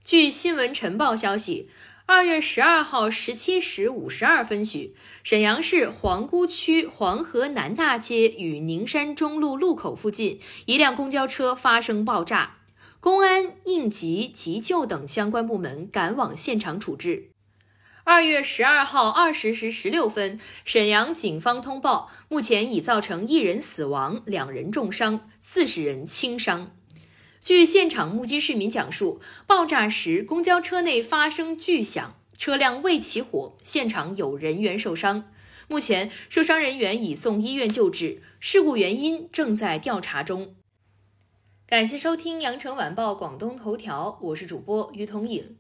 据新闻晨报消息，2月12号17时52分许，沈阳市皇姑区黄河南大街与宁山中路路口附近，一辆公交车发生爆炸。公安、应急、急救等相关部门赶往现场处置。2月12号20时16分，沈阳警方通报，目前已造成1人死亡，2人重伤，40人轻伤。据现场目击市民讲述，爆炸时公交车内发生巨响，车辆未起火，现场有人员受伤。目前受伤人员已送医院救治，事故原因正在调查中。感谢收听羊城晚报广东头条，我是主播于彤颖。